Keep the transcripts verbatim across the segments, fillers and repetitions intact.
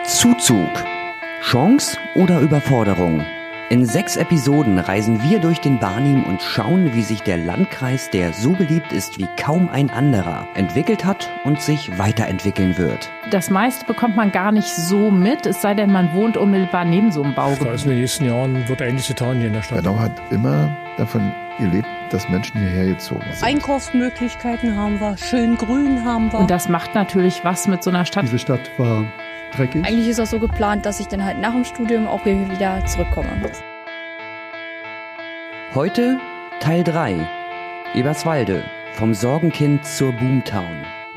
Zuzug. Chance oder Überforderung? In sechs Episoden reisen wir durch den Barnim und schauen, wie sich der Landkreis, der so beliebt ist wie kaum ein anderer, entwickelt hat und sich weiterentwickeln wird. Das meiste bekommt man gar nicht so mit, es sei denn, man wohnt unmittelbar neben so einem Baugebiet. Also in den nächsten Jahren wird einiges getan hier in der Stadt. Bernau hat immer davon gelebt, dass Menschen hierher gezogen sind. Einkaufsmöglichkeiten haben wir, schön grün haben wir. Und das macht natürlich was mit so einer Stadt. Diese Stadt war dreckig. Eigentlich ist das so geplant, dass ich dann halt nach dem Studium auch hier wieder zurückkomme. Heute Teil drei. Eberswalde, vom Sorgenkind zur Boomtown.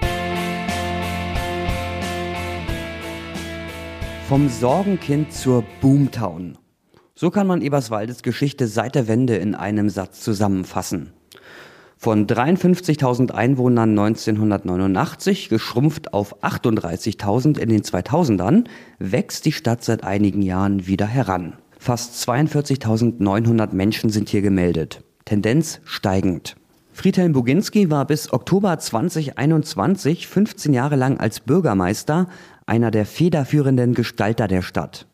Vom Sorgenkind zur Boomtown. So kann man Eberswaldes Geschichte seit der Wende in einem Satz zusammenfassen. Von dreiundfünfzigtausend Einwohnern neunzehnhundertneunundachtzig, geschrumpft auf achtunddreißigtausend in den zweitausendern, wächst die Stadt seit einigen Jahren wieder heran. Fast zweiundvierzigtausendneunhundert Menschen sind hier gemeldet. Tendenz steigend. Friedhelm Boginski war bis Oktober zweitausendeinundzwanzig fünfzehn Jahre lang als Bürgermeister einer der federführenden Gestalter der Stadt.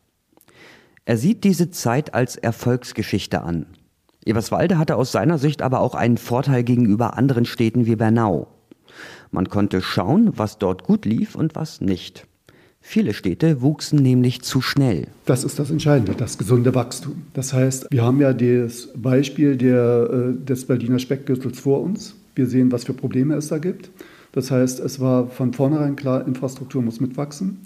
Er sieht diese Zeit als Erfolgsgeschichte an. Eberswalde hatte aus seiner Sicht aber auch einen Vorteil gegenüber anderen Städten wie Bernau. Man konnte schauen, was dort gut lief und was nicht. Viele Städte wuchsen nämlich zu schnell. Das ist das Entscheidende, das gesunde Wachstum. Das heißt, wir haben ja das Beispiel der, des Berliner Speckgürtels vor uns. Wir sehen, was für Probleme es da gibt. Das heißt, es war von vornherein klar, Infrastruktur muss mitwachsen.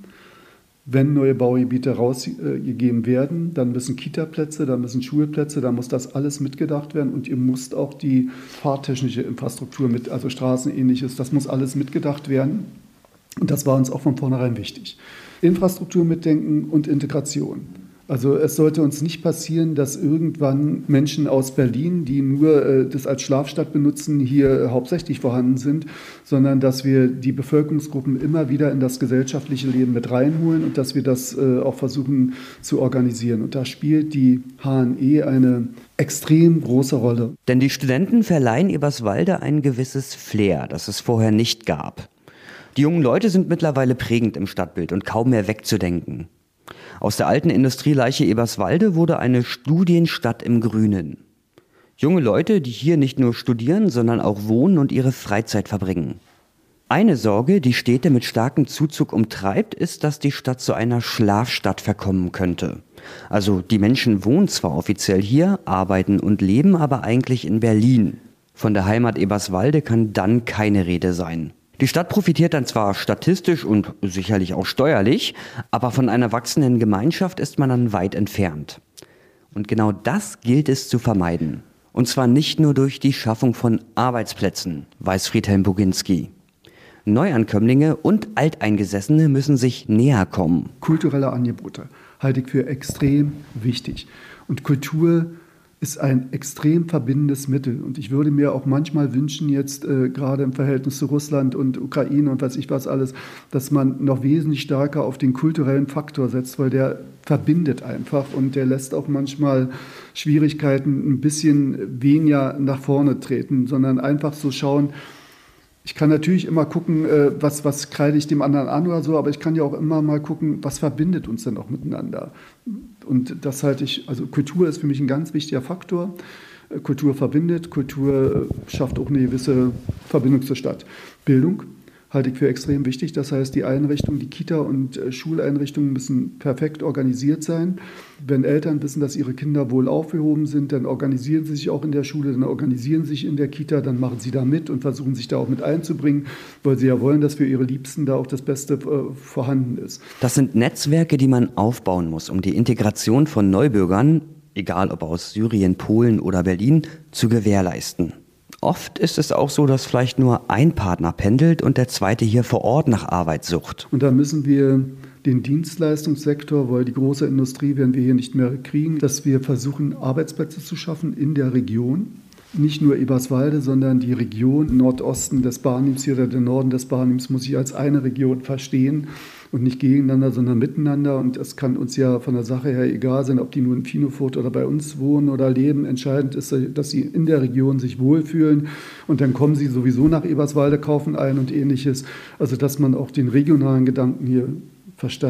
Wenn neue Baugebiete rausgegeben werden, dann müssen Kita-Plätze, dann müssen Schulplätze, dann muss das alles mitgedacht werden und ihr müsst auch die fahrtechnische Infrastruktur mit, also Straßen ähnliches, das muss alles mitgedacht werden. Und das war uns auch von vornherein wichtig. Infrastruktur mitdenken und Integration. Also es sollte uns nicht passieren, dass irgendwann Menschen aus Berlin, die nur äh, das als Schlafstadt benutzen, hier äh, hauptsächlich vorhanden sind, sondern dass wir die Bevölkerungsgruppen immer wieder in das gesellschaftliche Leben mit reinholen und dass wir das äh, auch versuchen zu organisieren. Und da spielt die H N E eine extrem große Rolle. Denn die Studenten verleihen Eberswalde ein gewisses Flair, das es vorher nicht gab. Die jungen Leute sind mittlerweile prägend im Stadtbild und kaum mehr wegzudenken. Aus der alten Industrieleiche Eberswalde wurde eine Studienstadt im Grünen. Junge Leute, die hier nicht nur studieren, sondern auch wohnen und ihre Freizeit verbringen. Eine Sorge, die Städte mit starkem Zuzug umtreibt, ist, dass die Stadt zu einer Schlafstadt verkommen könnte. Also die Menschen wohnen zwar offiziell hier, arbeiten und leben aber eigentlich in Berlin. Von der Heimat Eberswalde kann dann keine Rede sein. Die Stadt profitiert dann zwar statistisch und sicherlich auch steuerlich, aber von einer wachsenden Gemeinschaft ist man dann weit entfernt. Und genau das gilt es zu vermeiden. Und zwar nicht nur durch die Schaffung von Arbeitsplätzen, weiß Friedhelm Boginski. Neuankömmlinge und Alteingesessene müssen sich näher kommen. Kulturelle Angebote halte ich für extrem wichtig. Und Kultur ist ein extrem verbindendes Mittel. Und ich würde mir auch manchmal wünschen, jetzt äh, gerade im Verhältnis zu Russland und Ukraine und weiß ich was alles, dass man noch wesentlich stärker auf den kulturellen Faktor setzt, weil der verbindet einfach und der lässt auch manchmal Schwierigkeiten ein bisschen weniger nach vorne treten, sondern einfach so schauen. Ich kann natürlich immer gucken, äh, was, was kreide ich dem anderen an oder so, aber ich kann ja auch immer mal gucken, was verbindet uns denn auch miteinander. Und das halte ich, also Kultur ist für mich ein ganz wichtiger Faktor. Kultur verbindet, Kultur schafft auch eine gewisse Verbindung zur Stadt. Bildung halte ich für extrem wichtig. Das heißt, die Einrichtungen, die Kita- und Schuleinrichtungen müssen perfekt organisiert sein. Wenn Eltern wissen, dass ihre Kinder wohl aufgehoben sind, dann organisieren sie sich auch in der Schule, dann organisieren sie sich in der Kita, dann machen sie da mit und versuchen sich da auch mit einzubringen, weil sie ja wollen, dass für ihre Liebsten da auch das Beste äh, vorhanden ist. Das sind Netzwerke, die man aufbauen muss, um die Integration von Neubürgern, egal ob aus Syrien, Polen oder Berlin, zu gewährleisten. Oft ist es auch so, dass vielleicht nur ein Partner pendelt und der zweite hier vor Ort nach Arbeit sucht. Und da müssen wir den Dienstleistungssektor, weil die große Industrie werden wir hier nicht mehr kriegen, dass wir versuchen, Arbeitsplätze zu schaffen in der Region. Nicht nur Eberswalde, sondern die Region Nordosten des Barnims hier oder der Norden des Barnims muss ich als eine Region verstehen und nicht gegeneinander, sondern miteinander. Und es kann uns ja von der Sache her egal sein, ob die nur in Finofurt oder bei uns wohnen oder leben. Entscheidend ist, dass sie in der Region sich wohlfühlen. Und dann kommen sie sowieso nach Eberswalde, kaufen ein und Ähnliches. Also dass man auch den regionalen Gedanken hier verstärkt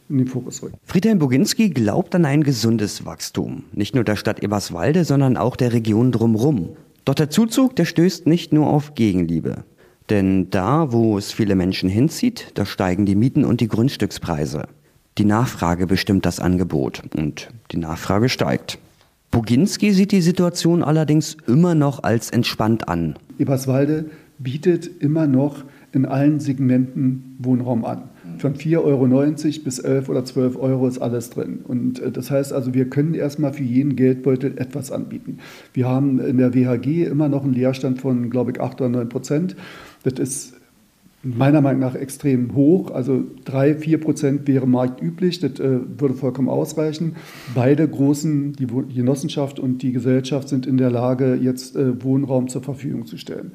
in den Fokus rückt. Friedhelm Boginski glaubt an ein gesundes Wachstum. Nicht nur der Stadt Eberswalde, sondern auch der Region drumherum. Doch der Zuzug, der stößt nicht nur auf Gegenliebe. Denn da, wo es viele Menschen hinzieht, da steigen die Mieten und die Grundstückspreise. Die Nachfrage bestimmt das Angebot und die Nachfrage steigt. Boginski sieht die Situation allerdings immer noch als entspannt an. Eberswalde bietet immer noch in allen Segmenten Wohnraum an. Von vier Euro neunzig bis elf oder zwölf Euro ist alles drin. Und das heißt also, wir können erstmal für jeden Geldbeutel etwas anbieten. Wir haben in der W H G immer noch einen Leerstand von, glaube ich, acht oder neun Prozent. Das ist meiner Meinung nach extrem hoch. Also drei, vier Prozent wäre marktüblich. Das äh, würde vollkommen ausreichen. Beide großen, die Genossenschaft und die Gesellschaft, sind in der Lage, jetzt äh, Wohnraum zur Verfügung zu stellen.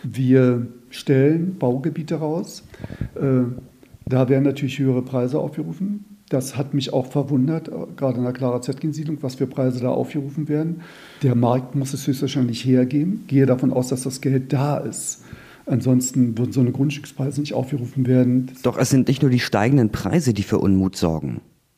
Wir stellen Baugebiete raus. Äh, da werden natürlich höhere Preise aufgerufen. Das hat mich auch verwundert, gerade in der Clara-Zetkin-Siedlung, was für Preise da aufgerufen werden. Der Markt muss es höchstwahrscheinlich hergeben. Ich gehe davon aus, dass das Geld da ist. Ansonsten würden so eine Grundstückspreise nicht aufgerufen werden. Doch es sind nicht nur die steigenden Preise, die für Unmut sorgen.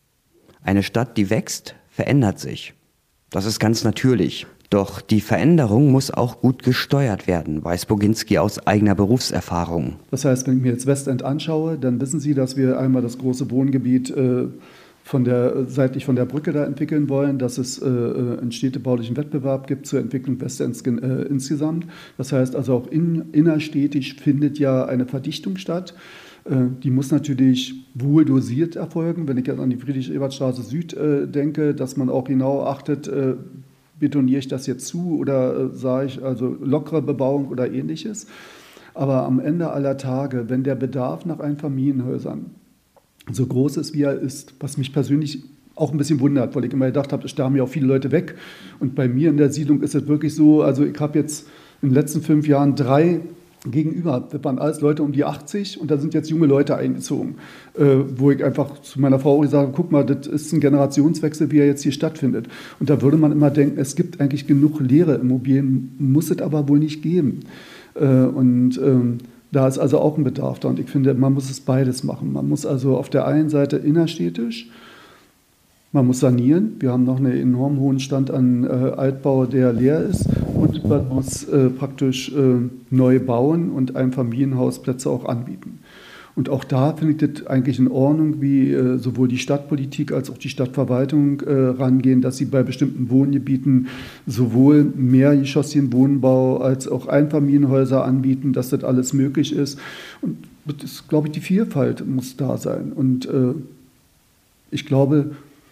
Eine Stadt, die wächst, verändert sich. Das ist ganz natürlich. Doch die Veränderung muss auch gut gesteuert werden, weiß Boginski aus eigener Berufserfahrung. Das heißt, wenn ich mir jetzt Westend anschaue, dann wissen Sie, dass wir einmal das große Wohngebiet äh, von der, seitlich von der Brücke da entwickeln wollen, dass es äh, einen städtebaulichen Wettbewerb gibt zur Entwicklung Westends äh, insgesamt. Das heißt also auch in, innerstädtisch findet ja eine Verdichtung statt. Äh, die muss natürlich wohl dosiert erfolgen. Wenn ich jetzt an die Friedrich-Ebert-Straße Süd äh, denke, dass man auch genau achtet, äh, betoniere ich das jetzt zu oder äh, sage ich also lockere Bebauung oder ähnliches. Aber am Ende aller Tage, wenn der Bedarf nach Einfamilienhäusern so groß ist, wie er ist, was mich persönlich auch ein bisschen wundert, weil ich immer gedacht habe, es sterben ja auch viele Leute weg. Und bei mir in der Siedlung ist es wirklich so, also ich habe jetzt in den letzten fünf Jahren drei gegenüber, das waren alles Leute um die achtzig und da sind jetzt junge Leute eingezogen, äh, wo ich einfach zu meiner Frau sage, guck mal, das ist ein Generationswechsel, wie er jetzt hier stattfindet. Und da würde man immer denken, es gibt eigentlich genug leere Immobilien, muss es aber wohl nicht geben. Äh, und ähm, da ist also auch ein Bedarf da und ich finde, man muss es beides machen. Man muss also auf der einen Seite innerstädtisch, man muss sanieren. Wir haben noch einen enorm hohen Stand an äh, Altbau, der leer ist. Und man muss äh, praktisch äh, neu bauen und Einfamilienhausplätze auch anbieten. Und auch da finde ich das eigentlich in Ordnung, wie äh, sowohl die Stadtpolitik als auch die Stadtverwaltung äh, rangehen, dass sie bei bestimmten Wohngebieten sowohl mehrgeschossigen Wohnbau als auch Einfamilienhäuser anbieten, dass das alles möglich ist. Und das ist, glaube ich, die Vielfalt muss da sein. Und äh, ich glaube,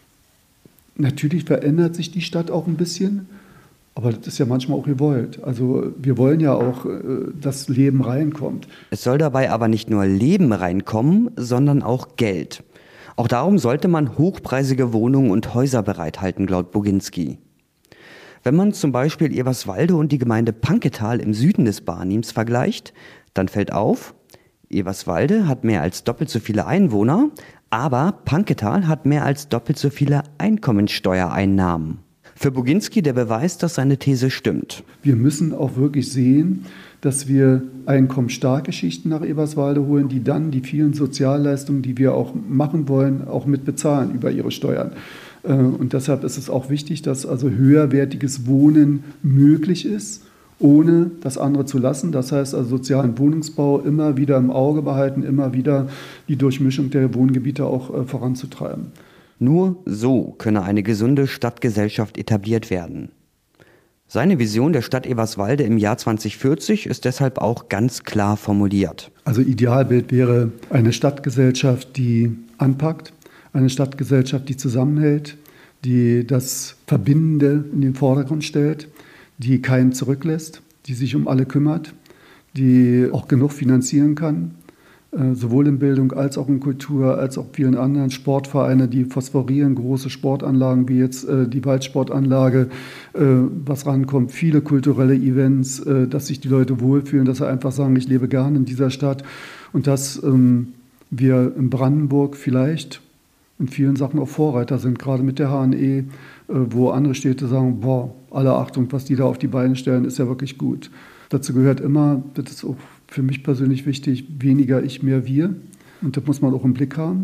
natürlich verändert sich die Stadt auch ein bisschen, aber das ist ja manchmal auch gewollt. Also wir wollen ja auch, dass Leben reinkommt. Es soll dabei aber nicht nur Leben reinkommen, sondern auch Geld. Auch darum sollte man hochpreisige Wohnungen und Häuser bereithalten, glaubt Boginski. Wenn man zum Beispiel Eberswalde und die Gemeinde Panketal im Süden des Barnims vergleicht, dann fällt auf, Eberswalde hat mehr als doppelt so viele Einwohner, aber Panketal hat mehr als doppelt so viele Einkommensteuereinnahmen. Für Boginski der Beweis, dass seine These stimmt. Wir müssen auch wirklich sehen, dass wir einkommensstarke Schichten nach Eberswalde holen, die dann die vielen Sozialleistungen, die wir auch machen wollen, auch mit bezahlen über ihre Steuern. Und deshalb ist es auch wichtig, dass also höherwertiges Wohnen möglich ist, ohne das andere zu lassen. Das heißt also sozialen Wohnungsbau immer wieder im Auge behalten, immer wieder die Durchmischung der Wohngebiete auch voranzutreiben. Nur so könne eine gesunde Stadtgesellschaft etabliert werden. Seine Vision der Stadt Eberswalde im Jahr zwanzig vierzig ist deshalb auch ganz klar formuliert. Also Idealbild wäre eine Stadtgesellschaft, die anpackt, eine Stadtgesellschaft, die zusammenhält, die das Verbindende in den Vordergrund stellt, die keinen zurücklässt, die sich um alle kümmert, die auch genug finanzieren kann, sowohl in Bildung als auch in Kultur, als auch vielen anderen Sportvereine, die phosphorieren, große Sportanlagen wie jetzt äh, die Waldsportanlage, äh, was rankommt, viele kulturelle Events, äh, dass sich die Leute wohlfühlen, dass sie einfach sagen, ich lebe gerne in dieser Stadt und dass ähm, wir in Brandenburg vielleicht in vielen Sachen auch Vorreiter sind, gerade mit der H N E, äh, wo andere Städte sagen, boah, alle Achtung, was die da auf die Beine stellen, ist ja wirklich gut. Dazu gehört immer, das ist auch für mich persönlich wichtig, weniger ich, mehr wir. Und das muss man auch im Blick haben.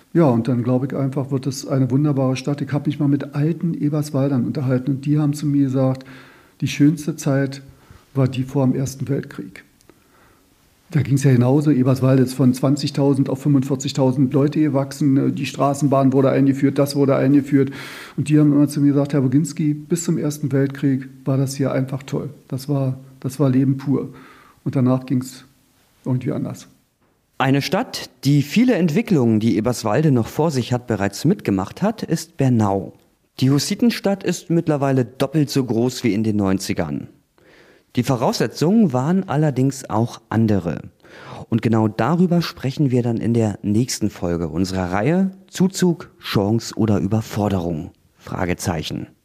Ja, und dann glaube ich einfach, wird es eine wunderbare Stadt. Ich habe mich mal mit alten Eberswaldern unterhalten und die haben zu mir gesagt, die schönste Zeit war die vor dem Ersten Weltkrieg. Da ging es ja genauso. Eberswalde ist von zwanzigtausend auf fünfundvierzigtausend Leute gewachsen. Die Straßenbahn wurde eingeführt, das wurde eingeführt. Und die haben immer zu mir gesagt, Herr Boginski, bis zum Ersten Weltkrieg war das hier einfach toll. Das war, das war Leben pur. Und danach ging es irgendwie anders. Eine Stadt, die viele Entwicklungen, die Eberswalde noch vor sich hat, bereits mitgemacht hat, ist Bernau. Die Hussitenstadt ist mittlerweile doppelt so groß wie in den neunzigern. Die Voraussetzungen waren allerdings auch andere. Und genau darüber sprechen wir dann in der nächsten Folge unserer Reihe Zuzug, Chance oder Überforderung? Fragezeichen.